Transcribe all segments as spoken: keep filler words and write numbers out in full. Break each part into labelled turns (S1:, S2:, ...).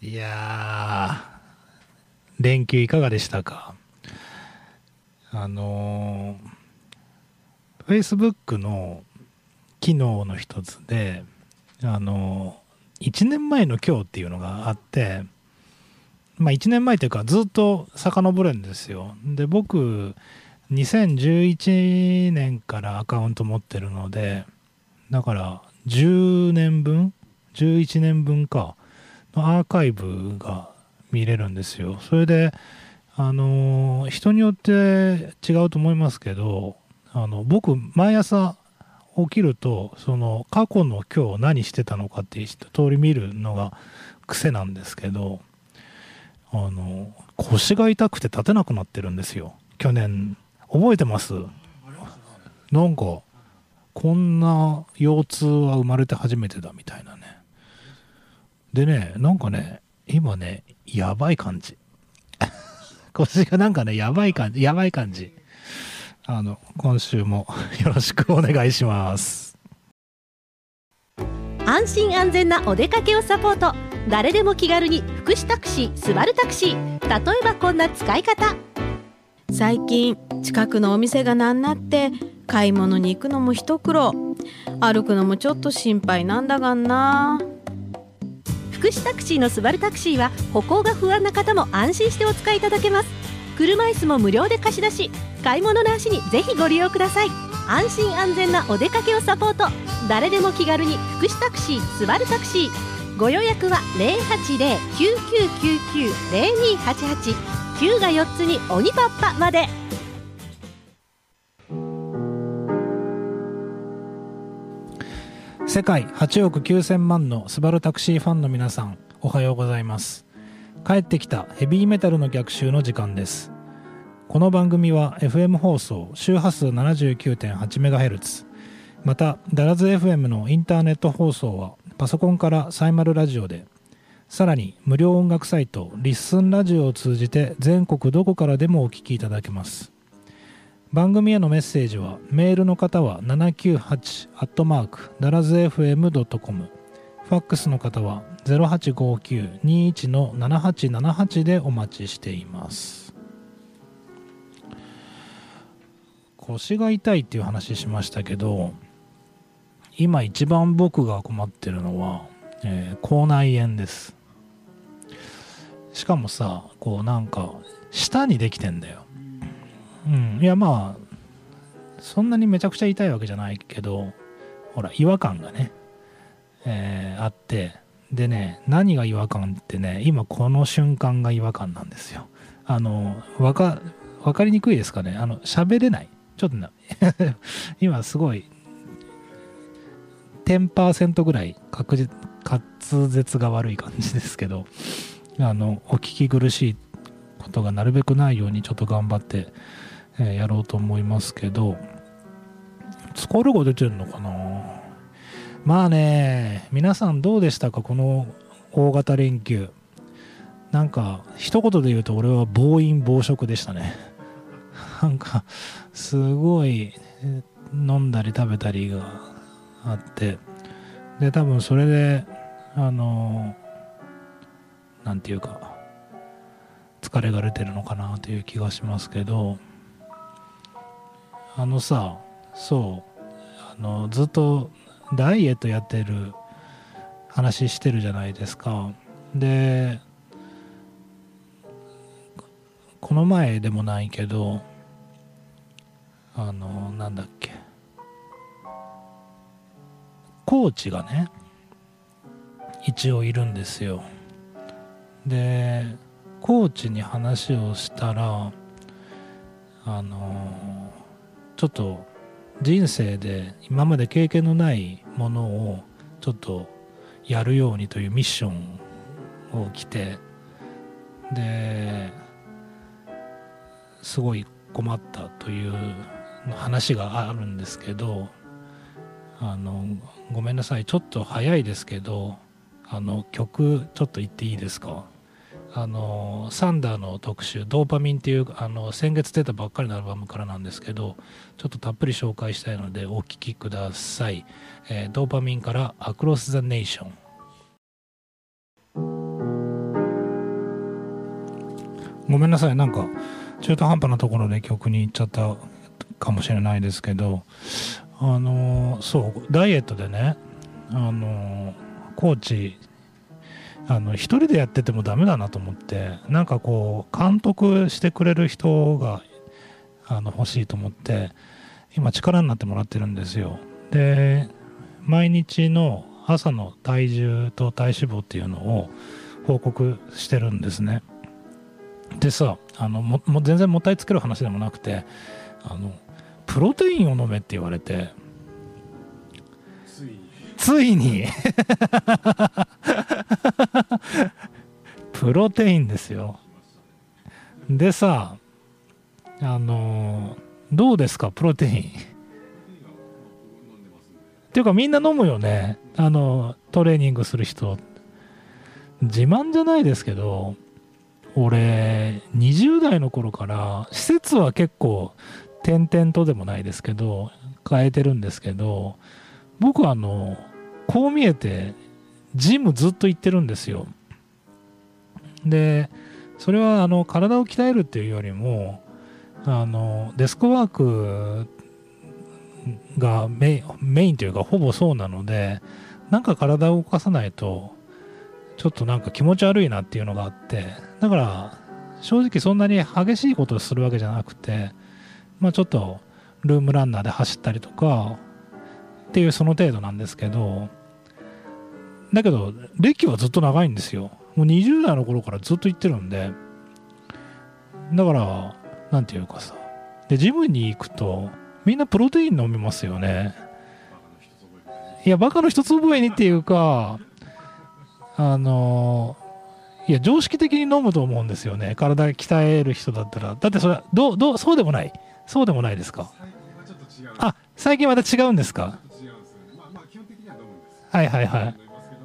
S1: いやー、連休いかがでしたか？あのー、Facebook の機能の一つで、あのー、いちねんまえの今日っていうのがあって、まあいちねんまえというかずっと遡るんですよ。で、僕、にせんじゅういちねんからアカウント持ってるので、だからじゅうねんぶん ?じゅういち 年分か、のアーカイブが見れるんですよ。それで、あのー人によって違うと思いますけど、あの僕毎朝起きるとその過去の今日何してたのかって一通り見るのが癖なんですけど、あの腰が痛くて立てなくなってるんですよ。去年覚えてます？なんかこんな腰痛は生まれて初めてだみたいなね。でね、なんかね、今ね、やばい感じ。腰がなんかね、やばい感じ、やばい感じ。あの、今週もよろしくお願いします。
S2: 安心安全なお出かけをサポート。誰でも気軽に福祉タクシー、スバルタクシー。例えばこんな使い方。
S3: 最近近くのお店がなんなって買い物に行くのも一苦労、歩くのもちょっと心配なんだがんな。
S2: 福祉タクシーのスバルタクシーは歩行が不安な方も安心してお使いいただけます。車椅子も無料で貸し出し、買い物の足にぜひご利用ください。安心安全なお出かけをサポート。誰でも気軽に福祉タクシー、スバルタクシー。ご予約は ゼロはちゼロ きゅうきゅうきゅうきゅう ゼロにはちはち きゅうがよっつに鬼パッパまで。
S1: 世界はちおくきゅうせんまんのスバルタクシーファンの皆さん、おはようございます。帰ってきたヘビーメタルの逆襲の時間です。この番組は エフエム 放送周波数 ななじゅうきゅうてんはちメガヘルツ、 またダラズ エフエム のインターネット放送はパソコンからサイマルラジオで、さらに無料音楽サイトリッスンラジオを通じて全国どこからでもお聞きいただけます。番組へのメッセージはメールの方はななきゅうはちアットマークダラズエフエムドットコム、ファックスの方は ゼロはちごきゅうにいちのななはちななはち でお待ちしています。腰が痛いっていう話しましたけど、今一番僕が困ってるのは、えー口内炎です。しかもさ、こうなんか舌にできてんだよ。うん、いやまあそんなにめちゃくちゃ痛いわけじゃないけど、ほら違和感がね、えーあって、でね、何が違和感ってね、今この瞬間が違和感なんですよ。あのわかわかりにくいですかね。あの喋れない。ちょっとな今すごい じゅっパーセント ぐらい確実滑舌が悪い感じですけど、あのお聞き苦しいことがなるべくないようにちょっと頑張って、えーやろうと思いますけど、疲れが出てるのかな。まあね、皆さんどうでしたか、この大型連休。なんか一言で言うと俺は暴飲暴食でしたね。なんかすごい飲んだり食べたりがあって、で多分それであのなんていうか疲れが出てるのかなという気がしますけど、あのさ、そうあのずっとダイエットやってる話してるじゃないですか。でこの前でもないけど、あのなんだっけ、コーチがね一応いるんですよ。でコーチに話をしたら、あのちょっと人生で今まで経験のないものをちょっとやるようにというミッションを来て、ですごい困ったという話があるんですけど、あのごめんなさい、ちょっと早いですけど、あの曲ちょっと言っていいですか。あのサンダーの特集ドーパミンっていうあの先月出たばっかりのアルバムからなんですけど、ちょっとたっぷり紹介したいのでお聴きください。えー、ドーパミンからアクロス・ザ・ネーション。 ごめんなさい、なんか中途半端なところで曲に行っちゃったかもしれないですけど、あのそうダイエットでね、あのコーチあの一人でやっててもダメだなと思って、なんかこう監督してくれる人があの欲しいと思って今力になってもらってるんですよ。で毎日の朝の体重と体脂肪っていうのを報告してるんですね。でさ、あの も, もう全然もったいつける話でもなくて、あのプロテインを飲めって言われて、
S4: ついに
S1: ついにプロテインですよ。でさ、あのどうですかプロテインっていうか、みんな飲むよね、あのトレーニングする人。自慢じゃないですけど、俺にじゅう代の頃から施設は結構点々とでもないですけど変えてるんですけど、僕はあのこう見えてジムずっと行ってるんですよ。でそれはあの体を鍛えるっていうよりも、あのデスクワークがメイン、メインというかほぼそうなので、なんか体を動かさないとちょっとなんか気持ち悪いなっていうのがあって、だから正直そんなに激しいことをするわけじゃなくて、まあちょっとルームランナーで走ったりとかっていうその程度なんですけど、だけど歴はずっと長いんですよ。もうにじゅう代の頃からずっと行ってるんで、だからなんていうかさ、でジムに行くとみんなプロテイン飲みますよね。いやバカの一つ覚えにっていうか、あのいや常識的に飲むと思うんですよね、体鍛える人だったら。だってそれはどうどうそうでもないそうでもないですか。あ、最近また違うんですか。はいはいはい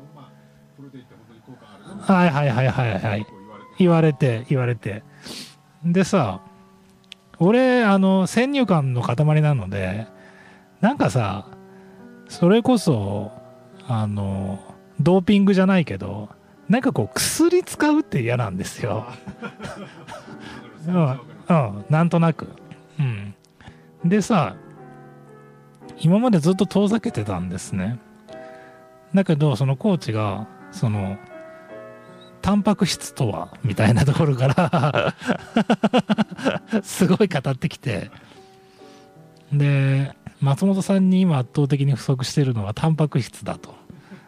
S1: はいはいはいはいはい言われて言われてでさ、俺あの先入観の塊なので、なんかさそれこそあのドーピングじゃないけど、なんかこう薬使うって嫌なんですようん、うん、なんとなく、うん、でさ今までずっと遠ざけてたんですね。だけどそのコーチがそのタンパク質とはみたいなところからすごい語ってきて、で松本さんに今圧倒的に不足しているのはタンパク質だと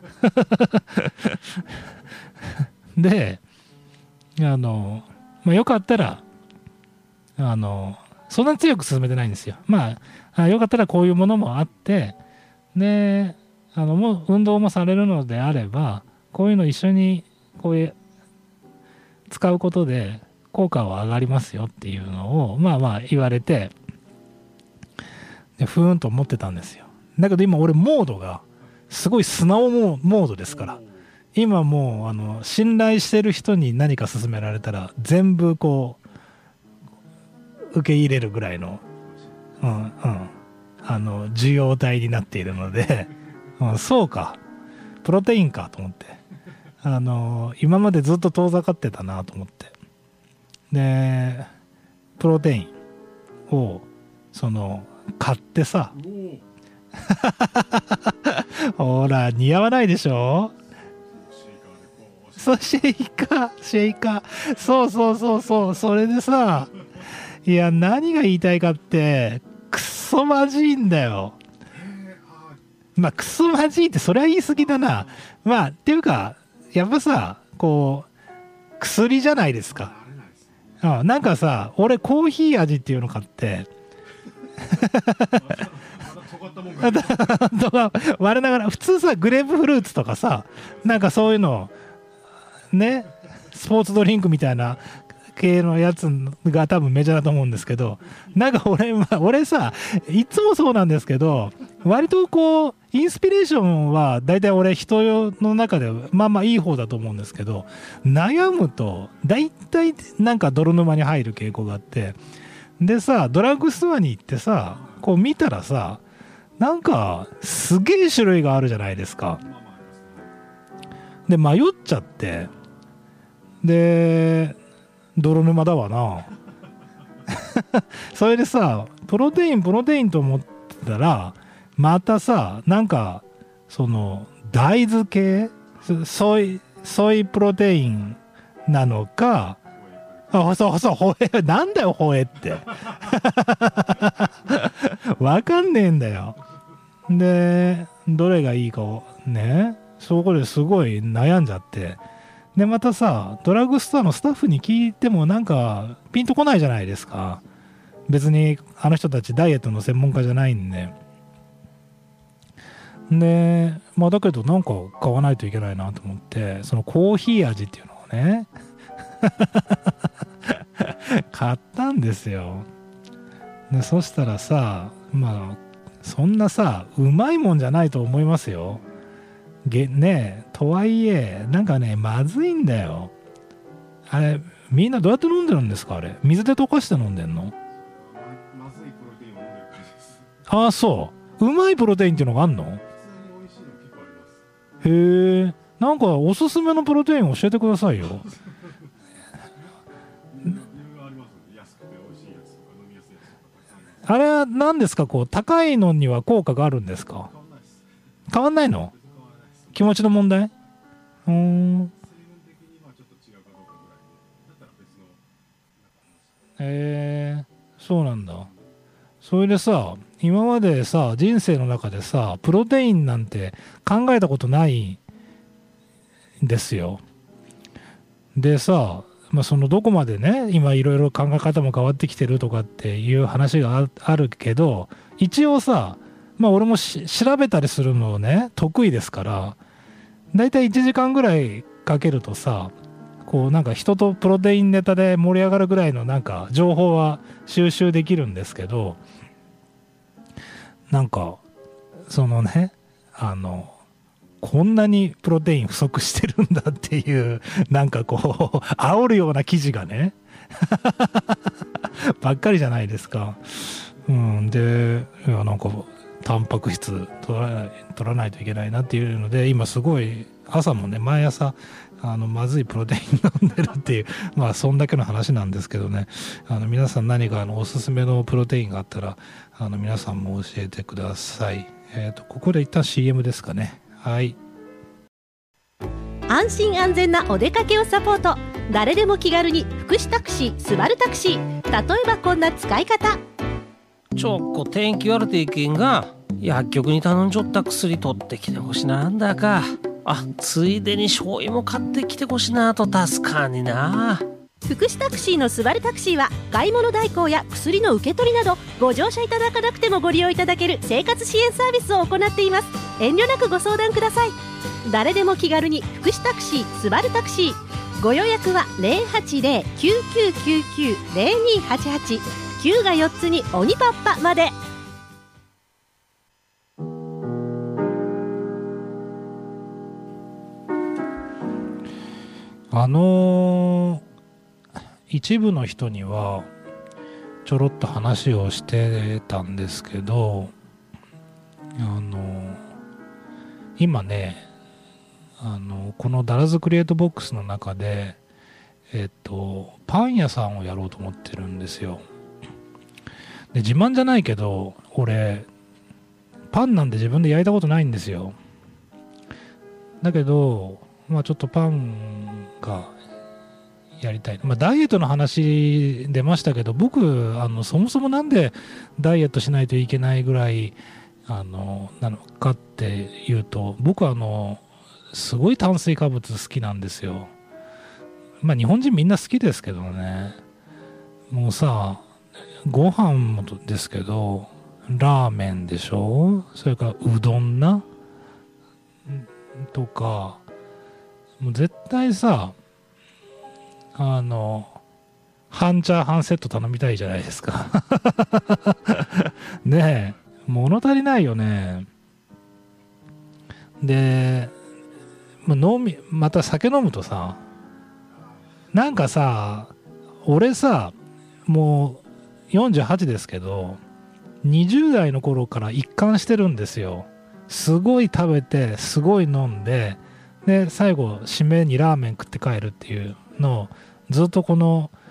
S1: であの、まあ、よかったらあのそんなに強く進めてないんですよ。まあよかったらこういうものもあって、であのもう運動もされるのであればこういうの一緒にこういう使うことで効果は上がりますよっていうのをまあまあ言われて、でふーんと思ってたんですよ。だけど今俺モードがすごい素直モードですから、今もうあの信頼してる人に何か勧められたら全部こう受け入れるぐらいの、うんうん、あの受容体になっているので、うん、そうかプロテインかと思って、あの今までずっと遠ざかってたなと思って、でプロテインをその買ってさほら似合わないでしょ。そうシェイカーシェイカーそうそうそうそう、それでさ、いや何が言いたいかってクソまじいんだよ。まあクソまじいってそれは言い過ぎだな。まあっていうかやっぱさこう薬じゃないですか。あなんかさ俺コーヒー味っていうの買って我ながら普通さグレープフルーツとかさなんかそういうのねスポーツドリンクみたいな系のやつが多分メジャーだと思うんですけど、なんか俺、まあ、俺さいつもそうなんですけど割とこうインスピレーションは大体俺人の中でまあまあいい方だと思うんですけど、悩むと大体なんか泥沼に入る傾向があって、でさドラッグストアに行ってさこう見たらさなんかすげえ種類があるじゃないですか。で迷っちゃって、で泥沼だわなそれでさプロテインプロテインと思ってたらまたさなんかその大豆系ソイソイプロテインなのか、あ、そうそう、ホエ、なんだよ、ホエって。わかんねえんだよ。で、どれがいいかをね、そこですごい悩んじゃって。で、またさ、ドラッグストアのスタッフに聞いてもなんかピンとこないじゃないですか。別にあの人たちダイエットの専門家じゃないんで。で、まあだけどなんか買わないといけないなと思って、そのコーヒー味っていうのをね、買ったんですよ。でそしたらさ、まあそんなさうまいもんじゃないと思いますよ。げねえとはいえなんかねまずいんだよ。あれみんなどうやって飲んでるんですか？あれ水で溶かして飲んでんの？
S4: まずいプロテインを飲んでる感じです。
S1: ああそう。うまいプロテインっていうのがあんの？
S4: 普通に美味しいの結構あります。
S1: へえ。なんかおすすめのプロテイン教えてくださいよ。あれは何ですか？こう高いのには効果があるんですか？変わんないの？気持ちの問題？うーん。えー、そうなんだ。それでさ、今までさ人生の中でさプロテインなんて考えたことないんですよ。でさ、まあ、そのどこまでね今いろいろ考え方も変わってきてるとかっていう話が あ, あるけど一応さ、まあ俺もし調べたりするのね得意ですからだいたいいちじかんぐらいかけるとさこうなんか人とプロテインネタで盛り上がるぐらいのなんか情報は収集できるんですけどなんかそのねあのこんなにプロテイン不足してるんだっていうなんかこう煽るような記事がねばっかりじゃないですか。うんでいやなんかタンパク質取らない取らないといけないなっていうので今すごい朝もね毎朝あのまずいプロテイン飲んでるっていうまあそんだけの話なんですけどねあの皆さん何かあのおすすめのプロテインがあったらあの皆さんも教えてください。えーとここで一旦 シーエム ですかね。はい。
S2: 安心安全なお出かけをサポート。誰でも気軽に福祉タクシー、スバルタクシー。例えばこんな使い方。
S5: ちょっこ天気悪ていけんが薬局に頼んじょった薬取ってきてほしなんだか。あ、ついでに醤油も買ってきてほしなと助かんにな。
S2: 福祉タクシーのスバルタクシーは買い物代行や薬の受け取りなどご乗車いただかなくてもご利用いただける生活支援サービスを行っています。遠慮なくご相談ください。誰でも気軽に福祉タクシー、スバルタクシー。ご予約は ゼロはちゼロ きゅうきゅうきゅうきゅう ゼロにはちはち きゅうがよっつに鬼パッパまで。
S1: あのー一部の人にはちょろっと話をしてたんですけどあの今ねあのこのダラズクリエイトボックスの中でえっとパン屋さんをやろうと思ってるんですよ。で自慢じゃないけど俺パンなんて自分で焼いたことないんですよ。だけどまあちょっとパンがやりたい、まあ、ダイエットの話出ましたけど僕あのそもそもなんでダイエットしないといけないぐらいあのなのかっていうと僕はあのすごい炭水化物好きなんですよ。まあ日本人みんな好きですけどね。もうさご飯もですけどラーメンでしょそれからうどんなとかもう絶対さあの半チャーハンセット頼みたいじゃないですかねえ物足りないよね。で飲みまた酒飲むとさなんかさ俺さもうよんじゅうはちですけどにじゅう代の頃から一貫してるんですよ。すごい食べてすごい飲んでで最後締めにラーメン食って帰るっていうのをずっとこの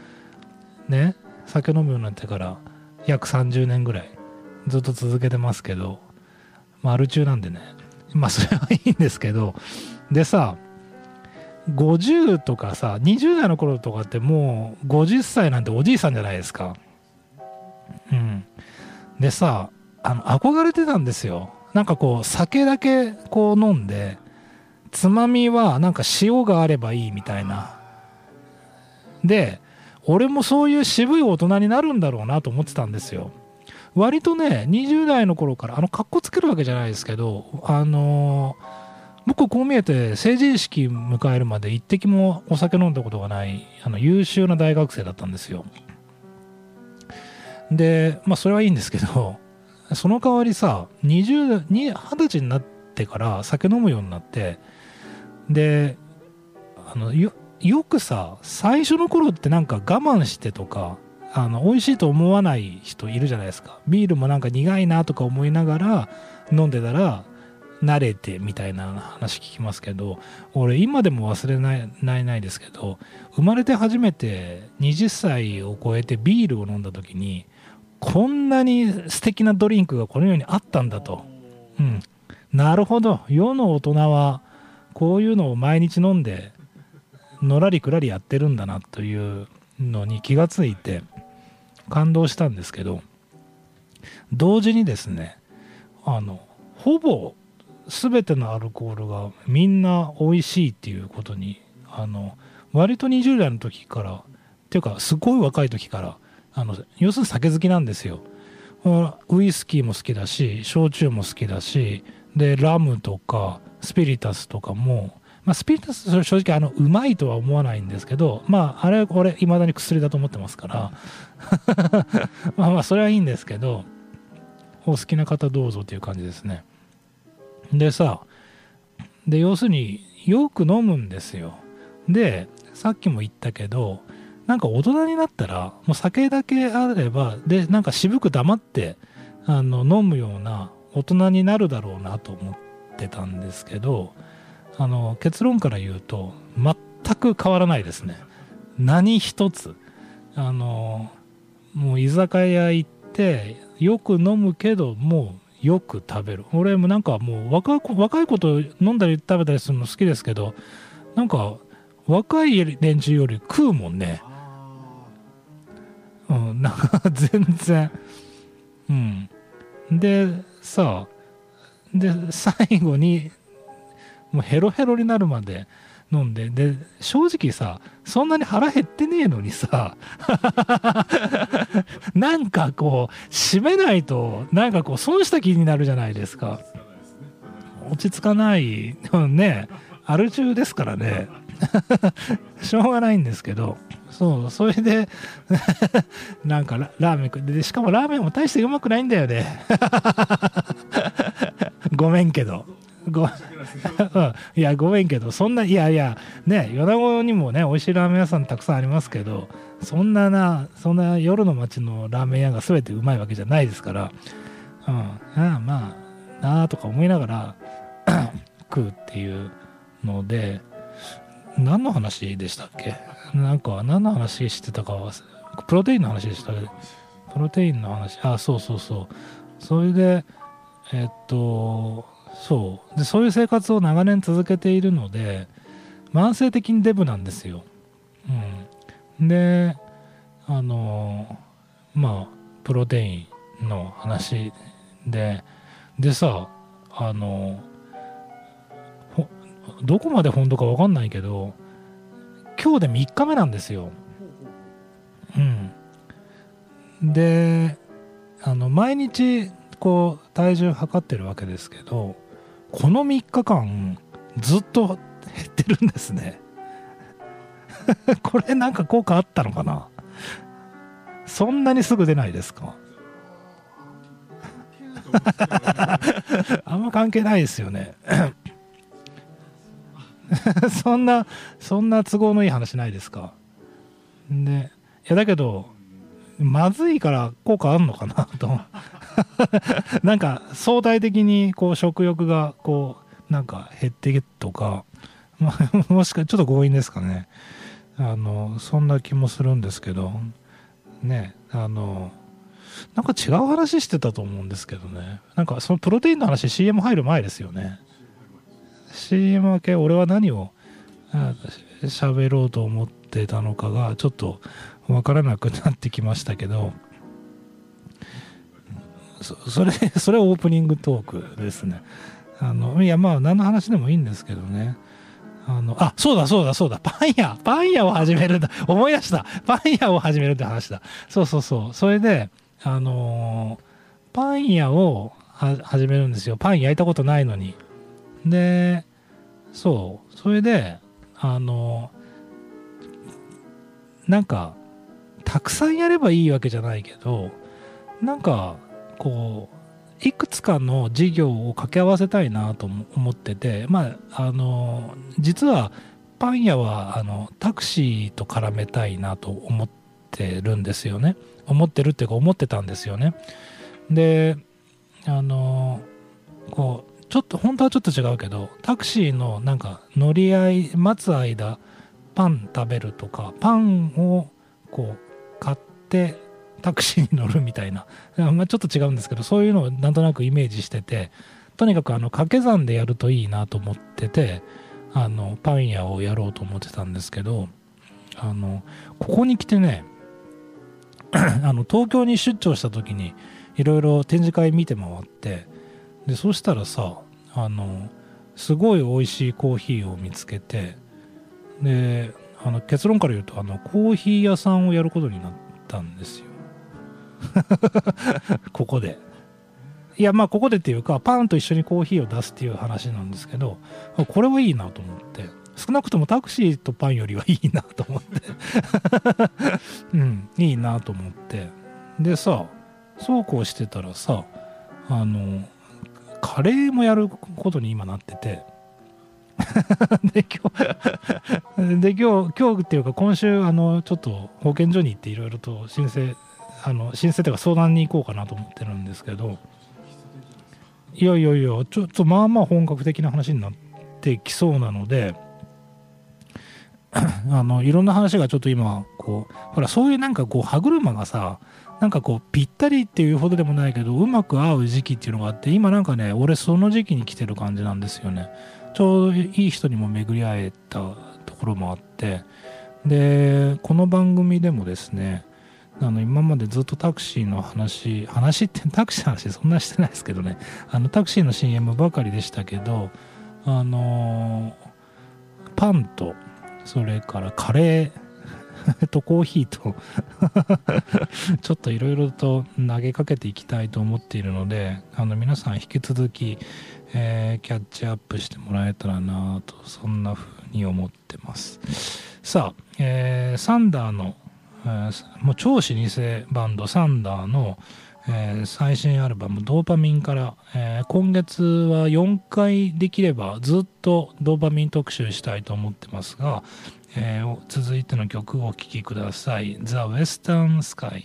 S1: ね酒飲むようになってから約さんじゅうねんぐらいずっと続けてますけど、まあアル中なんでね、まあそれはいいんですけど、でさごじゅうとかさにじゅう代の頃とかってもうごじゅっさいなんておじいさんじゃないですか。うんでさあの憧れてたんですよ。なんかこう酒だけこう飲んでつまみはなんか塩があればいいみたいな。で俺もそういう渋い大人になるんだろうなと思ってたんですよ。割とねにじゅう代の頃からあのかっこつけるわけじゃないですけど、あのー僕こう見えて成人式迎えるまで一滴もお酒飲んだことがないあの優秀な大学生だったんですよ。でまあそれはいいんですけど、その代わりさにじゅうにはたちになってから酒飲むようになって、であの よ, よくさ最初の頃ってなんか我慢してとかあの美味しいと思わない人いるじゃないですか。ビールもなんか苦いなとか思いながら飲んでたら慣れてみたいな話聞きますけど、俺今でも忘れないないないですけど、生まれて初めてはたちを超えてビールを飲んだ時にこんなに素敵なドリンクがこの世にあったんだと、うん、なるほど世の大人はこういうのを毎日飲んでのらりくらりやってるんだなというのに気がついて感動したんですけど、同時にですねあのほぼ全てのアルコールがみんな美味しいっていうことにあの割とにじゅう代の時からっていうかすごい若い時からあの要するに酒好きなんですよ。ウイスキーも好きだし焼酎も好きだしでラムとかスピリタスとかも、まあ、スピリタス正直あのうまいとは思わないんですけど、まああれこれいまだに薬だと思ってますからまあまあそれはいいんですけど、お好きな方どうぞという感じですね。でさで要するによく飲むんですよ。でさっきも言ったけどなんか大人になったらもう酒だけあればでなんか渋く黙ってあの飲むような大人になるだろうなと思ってたんですけど、あの結論から言うと全く変わらないですね。何一つあのもう居酒屋行ってよく飲むけどもうよく食べる。俺もなんかもう若い若い子と飲んだり食べたりするの好きですけど、なんか若い連中より食うもんね。うん、なんか全然。うん。でさ、で最後にもうヘロヘロになるまで飲んで、で正直さそんなに腹減ってねえのにさなんかこう締めないとなんかこう損した気になるじゃないですか。落ち着かないね、アル中ですからねしょうがないんですけど、そうそれでなんか ラ, ラーメン食ってでしかもラーメンも大してうまくないんだよねごめんけどごいやごめんけどそんないやいやね米子にもね美味しいラーメン屋さんたくさんありますけど、そんななそんな夜の街のラーメン屋が全てうまいわけじゃないですから、うん、ああまあなあとか思いながら食うっていうので、何の話でしたっけ。なんか何の話してたかはプロテインの話でしたけど、プロテインの話、あそうそうそう、それでえっとそうでそういう生活を長年続けているので慢性的にデブなんですよ。うん、であのまあプロテインの話ででさあのどこまで本当か分かんないけど今日でみっかめなんですよ。うん、であの毎日こう体重測ってるわけですけど、このみっかかんずっと減ってるんですねこれなんか効果あったのかな。そんなにすぐ出ないですかあんま関係ないですよねそんなそんな都合のいい話ないですか。でいやだけどまずいから効果あんのかなとなんか相対的にこう食欲がこうなんか減ってとか、まあ、もしかちょっと強引ですかね。あのそんな気もするんですけど、 ね、あのなんか違う話してたと思うんですけどね。なんかそのプロテインの話 シーエム 入る前ですよね。シーエム 明け俺は何を喋ろうと思ってたのかがちょっと分からなくなってきましたけど、そ, それそれはオープニングトークですね。あのいやまあ何の話でもいいんですけどね。あのあそうだそうだそうだパン屋パン屋を始めるんだ思い出したパン屋を始めるって話だ。そうそうそうそれであのー、パン屋をは始めるんですよ。パン焼いたことないのに。でそうそれであのー、なんかたくさんやればいいわけじゃないけど、なんかこういくつかの事業を掛け合わせたいなと思ってて、まああの実はパン屋はあのタクシーと絡めたいなと思ってるんですよね。思ってるっていうか思ってたんですよね。であのこうちょっと本当はちょっと違うけど、タクシーのなんか乗り合い待つ間パン食べるとか、パンをこう買ってタクシーに乗るみたいな、まあ、ちょっと違うんですけど、そういうのをなんとなくイメージしてて、とにかくあの掛け算でやるといいなと思ってて、あのパン屋をやろうと思ってたんですけど、あのここに来てねあの東京に出張した時にいろいろ展示会見て回って、でそしたらさあのすごい美味しいコーヒーを見つけて、であの結論から言うとあのコーヒー屋さんをやることになったんですよここで。いやまあここでっていうかパンと一緒にコーヒーを出すっていう話なんですけど、これはいいなと思って、少なくともタクシーとパンよりはいいなと思ってうんいいなと思って、でさそうこうしてたらさあのカレーもやることに今なっててで今日で今日今日っていうか今週あのちょっと保健所に行っていろいろと申請あの申請というか相談に行こうかなと思ってるんですけど、いやいやいやちょっとまあまあ本格的な話になってきそうなのであのいろんな話がちょっと今こうほらそういうなんかこう歯車がさなんかこうぴったりっていうほどでもないけどうまく合う時期っていうのがあって、今なんかね俺その時期に来てる感じなんですよね。ちょうどいい人にも巡り会えたところもあって、でこの番組でもですねあの今までずっとタクシーの話話ってタクシーの話そんなしてないですけどね、あのタクシーの シーエム ばかりでしたけど、あのー、パンとそれからカレーとコーヒーとちょっといろいろと投げかけていきたいと思っているので、あの皆さん引き続き、えー、キャッチアップしてもらえたらなと、そんな風に思ってます。さあ、えー、サンダーの、えー、もう超老舗バンドサンダーの、えー、最新アルバムドーパミンから、えー、今月はよんかいできればずっとドーパミン特集したいと思ってますが、えー、続いての曲をお聴きください。 The Western Sky。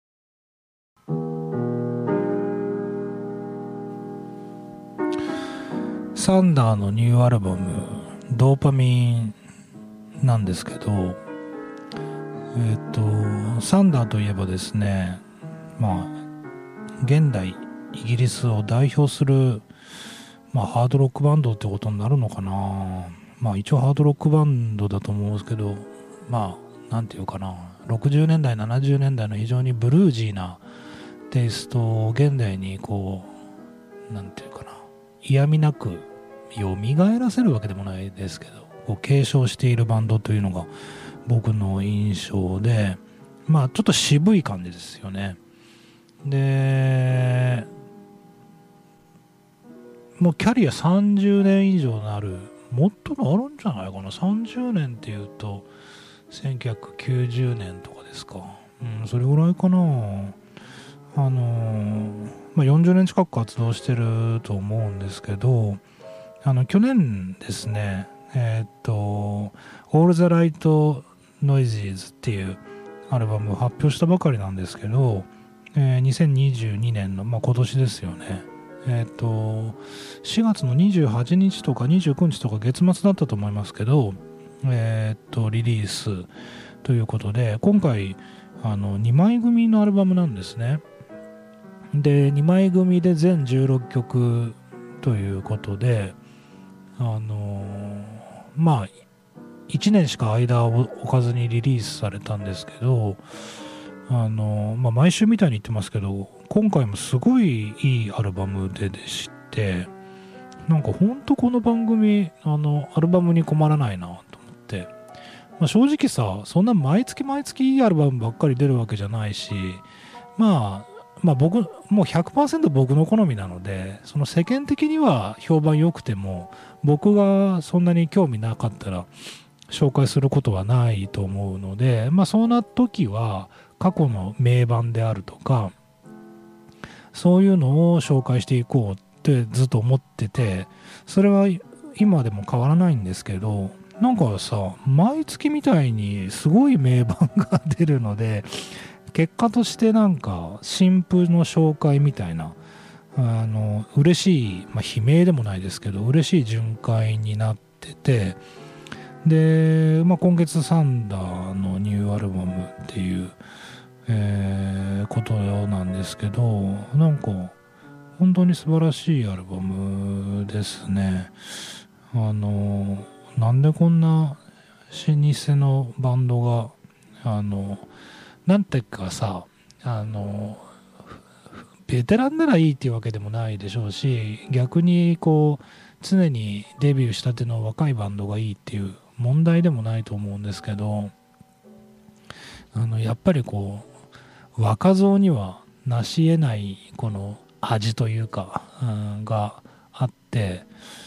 S1: サンダーのニューアルバムドーパミンなんですけど、えっとサンダーといえばですね、まあ現代イギリスを代表する、まあ、ハードロックバンドってことになるのかな。まあ一応ハードロックバンドだと思うんですけど、まあなんていうかな、ろくじゅうねんだいななじゅうねんだいの非常にブルージーなテイストを現代にこうなんていうかな、嫌味なく蘇らせるわけでもないですけどこう継承しているバンドというのが僕の印象で、まあちょっと渋い感じですよね。でもうキャリアさんじゅうねん以上なる、もっとなるんじゃないかな、さんじゅうねんっていうとせんきゅうひゃくきゅうじゅうねんとかですか、うん、それぐらいかな。あのーまあ、よんじゅうねん近く活動してると思うんですけど、あの去年ですね、えー、っと All the Right Noises っていうアルバムを発表したばかりなんですけど、えー、にせんにじゅうにねんの、まあ、今年ですよね。えっとしがつのにじゅうはちにちとかにじゅうくにちとか月末だったと思いますけど、 えーっとリリースということで、今回あのにまい組のアルバムなんですね。でにまい組で全じゅうろっきょくということで、あのーまあいちねんしか間を置かずにリリースされたんですけど、あのーまあ、毎週みたいに言ってますけど、今回もすごいいいアルバムででして、なんかほんとこの番組あのアルバムに困らないなと思って、まあ、正直さ、そんな毎月毎月いいアルバムばっかり出るわけじゃないし、まあまあ僕もう ひゃくパーセント 僕の好みなので、その世間的には評判良くても僕がそんなに興味なかったら紹介することはないと思うので、まあそんな時は過去の名盤であるとかそういうのを紹介していこうってずっと思ってて、それは今でも変わらないんですけど、なんかさ、毎月みたいにすごい名盤が出るので、結果としてなんか新譜の紹介みたいな、あの嬉しい、まあ、悲鳴でもないですけど嬉しい巡回になってて、で、まあ、今月サンダーのニューアルバムっていう、えーことなんですけど、なんか本当に素晴らしいアルバムですね。あのなんでこんな老舗のバンドがあのなんていうかさ、あのベテランならいいっていうわけでもないでしょうし、逆にこう常にデビューしたての若いバンドがいいっていう問題でもないと思うんですけど、あのやっぱりこう若造には成し得ないこの味というか、うん、があって、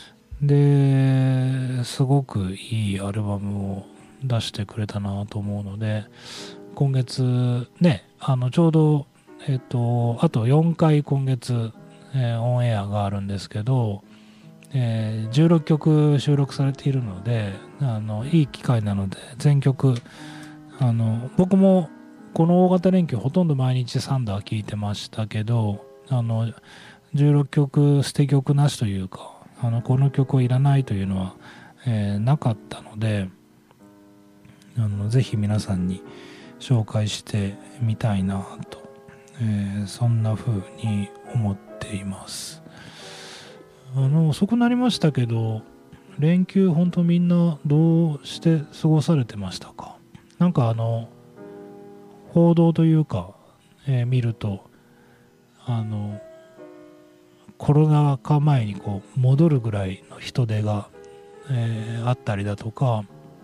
S1: ですごくいいアルバムを出してくれたなと思うので、今月ね、あのちょうどえっとあとよんかい今月、えー、オンエアがあるんですけど、えー、じゅうろっきょく収録されているので、あのいい機会なので全曲、あの僕もこの大型連休ほとんど毎日サンダー聴いてましたけど、あのじゅうろっきょく捨て曲なしというか、あのこの曲はいらないというのは、えー、なかったので、あのぜひ皆さんに紹介してみたいなと、えー、そんな風に思っています。あの遅くなりましたけど、連休本当みんなどうして過ごされてましたか？なんかあの報道というか、えー、見るとあのコロナ禍前にこう戻るぐらいの人出が、えー、あったりだとか、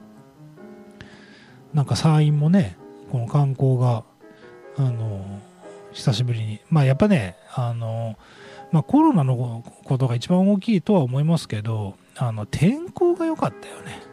S1: なんか山陰もね、この観光があの久しぶりに、まあやっぱね、あのまあコロナのことが一番大きいとは思いますけど、あの天候が良かったよね。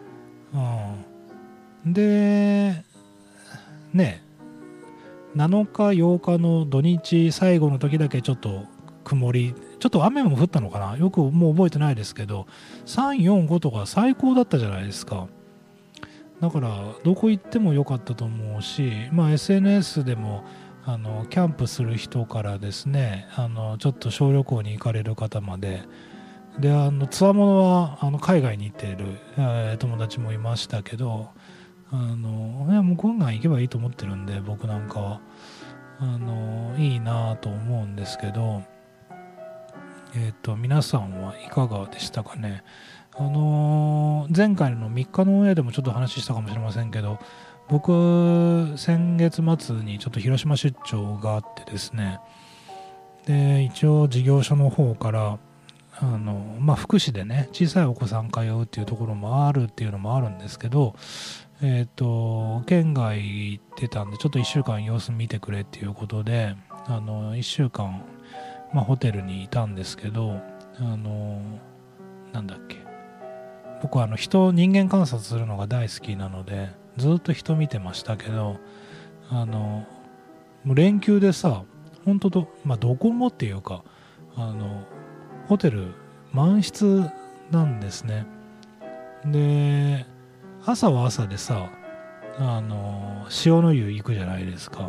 S1: うん、でね、なのかようかの土日最後の時だけちょっと曇り、ちょっと雨も降ったのかな、よくもう覚えてないですけど、さん、よん、ごとか最高だったじゃないですか。だからどこ行っても良かったと思うし、まあ エスエヌエス でもあのキャンプする人からですね、あのちょっと小旅行に行かれる方まで、であのつわものはあの海外に行っている、えー、友達もいましたけど、あのいやもう今回行けばいいと思ってるんで、僕なんかはあのいいなと思うんですけど、えっと皆さんはいかがでしたかね。あのー、前回のみっかのオンエアでもちょっと話したかもしれませんけど、僕先月末にちょっと広島出張があってですね、で一応事業所の方からあの、まあ、福祉でね小さいお子さん通うっていうところもあるっていうのもあるんですけど、えっと県外行ってたんでちょっといっしゅうかん様子見てくれっていうことで、あのいっしゅうかん、まあ、ホテルにいたんですけど、あのなんだっけ、僕はあの人人間観察するのが大好きなのでずっと人見てましたけど、あのもう連休でさ、本当とまあどこもっていうか、あのホテル満室なんですね。で朝は朝でさ、あの塩の湯行くじゃないですか。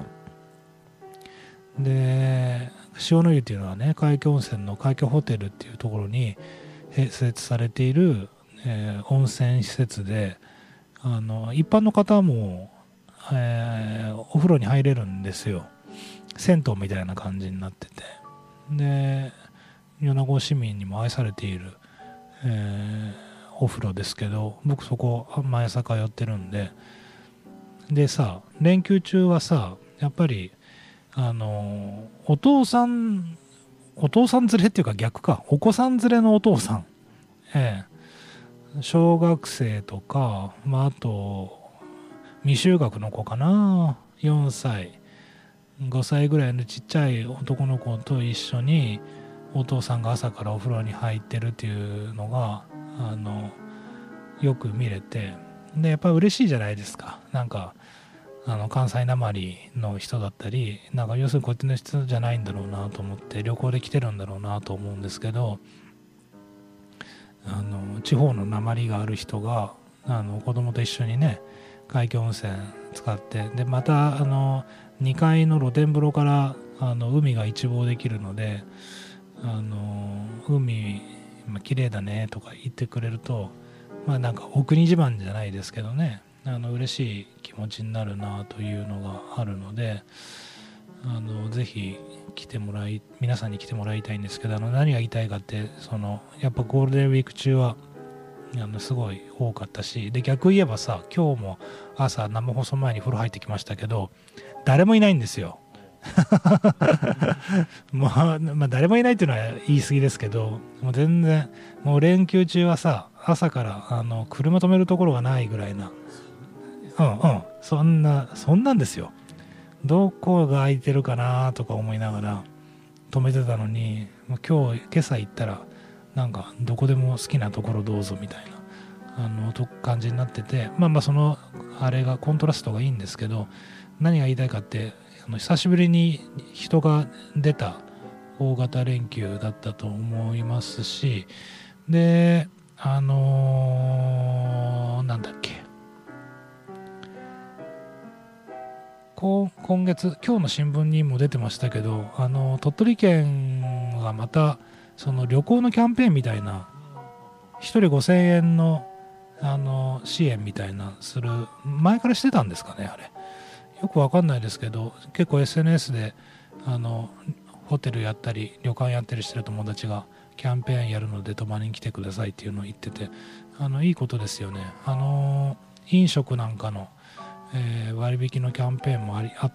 S1: で塩の湯っていうのはね、海峡温泉の海峡ホテルっていうところに併設されている、えー、温泉施設で、 あの一般の方も、えーお風呂に入れるんですよ。銭湯みたいな感じになってて、で米子市民にも愛されている、えーお風呂ですけど、僕そこ毎朝通ってるんで、でさ、連休中はさ、やっぱりあのお父さんお父さん連れっていうか逆か、お子さん連れのお父さん、ええ、小学生とか、まあ、あと未就学の子かな、よんさいごさいぐらいのちっちゃい男の子と一緒にお父さんが朝からお風呂に入ってるっていうのがあのよく見れて、でやっぱり嬉しいじゃないですか。なんかあの関西なまりの人だったり、なんか要するにこっちの人じゃないんだろうなと思って、旅行で来てるんだろうなと思うんですけど、あの地方のなまりがある人があの子供と一緒にね海峡温泉使って、でまたあのにかいの露天風呂からあの海が一望できるので、あの海、まあ、綺麗だねとか言ってくれると、まあなんかお国自慢じゃないですけどね、あの嬉しい気持ちになるなというのがあるので、あのぜひ来てもらい皆さんに来てもらいたいんですけど、あの何が言いたいかって、そのやっぱゴールデンウィーク中はあのすごい多かったし、で逆言えばさ、今日も朝生放送前に風呂入ってきましたけど誰もいないんですよまあ、まあ誰もいないっていうのは言い過ぎですけど、もう全然もう連休中はさ、朝からあの車止めるところがないぐらいな、うんうんそんなそんなんですよ。どこが空いてるかなとか思いながら止めてたのに、今日今朝行ったらなんかどこでも好きなところどうぞみたいなあのと感じになってて、まあまあそのあれがコントラストがいいんですけど、何が言いたいかって、あの久しぶりに人が出た大型連休だったと思いますし、であのー、なんだっけ今月今日の新聞にも出てましたけど、あの鳥取県がまたその旅行のキャンペーンみたいな、ひとりごせんえんのあの支援みたいなする、前からしてたんですかね、あれよくわかんないですけど、結構 エスエヌエス であのホテルやったり旅館やったりしてる友達がキャンペーンやるので泊まりに来てくださいっていうのを言ってて、あのいいことですよね。あの飲食なんかの、えー、割引のキャンペーンもありあって、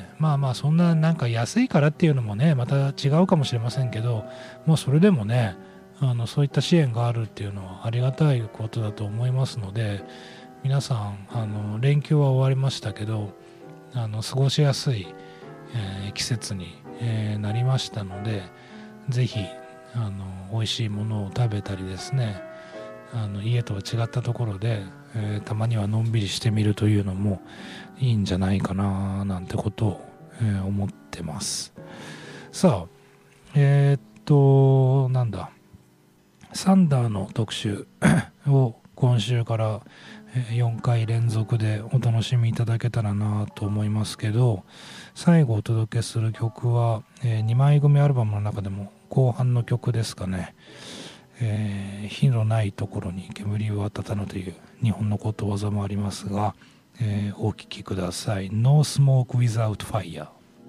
S1: まあまあそんななんか安いからっていうのもねまた違うかもしれませんけど、もうそれでもねあのそういった支援があるっていうのはありがたいことだと思いますので、皆さんあの連休は終わりましたけど、あの過ごしやすい、えー、季節に、えー、なりましたので、ぜひあの美味しいものを食べたりですね、あの家とは違ったところで、えー、たまにはのんびりしてみるというのもいいんじゃないかななんてことを、えー、思ってます。さあえー、っとなんだサンダーの特集を今週からよんかい連続でお楽しみいただけたらなと思いますけど、最後お届けする曲は、えー、にまい組アルバムの中でも後半の曲ですかね、えー、火のないところに煙は立たぬという日本のことわざもありますが、えー、お聴きください。 No Smoke Without Fire。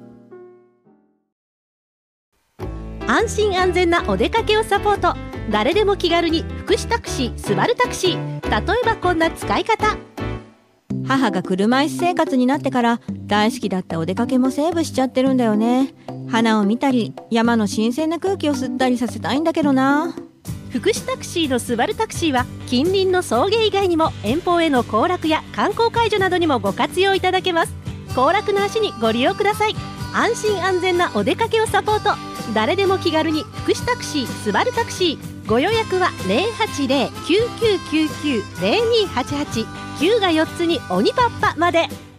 S2: 安心安全なお出かけをサポート、誰でも気軽に福祉タクシー、スバルタクシー。例えばこんな使い方。
S3: 母が車椅子生活になってから大好きだったお出かけもセーブしちゃってるんだよね。花を見たり山の新鮮な空気を吸ったりさせたいんだけどな。
S2: 福祉タクシーのスバルタクシーは近隣の送迎以外にも遠方への行楽や観光解除などにもご活用いただけます。行楽の足にご利用ください。安心安全なお出かけをサポート、誰でも気軽に福祉タクシー、スバルタクシー。ご予約は ゼロはちゼロ きゅうきゅうきゅうきゅう ゼロにはちはち きゅうがよっつに鬼パッパまで。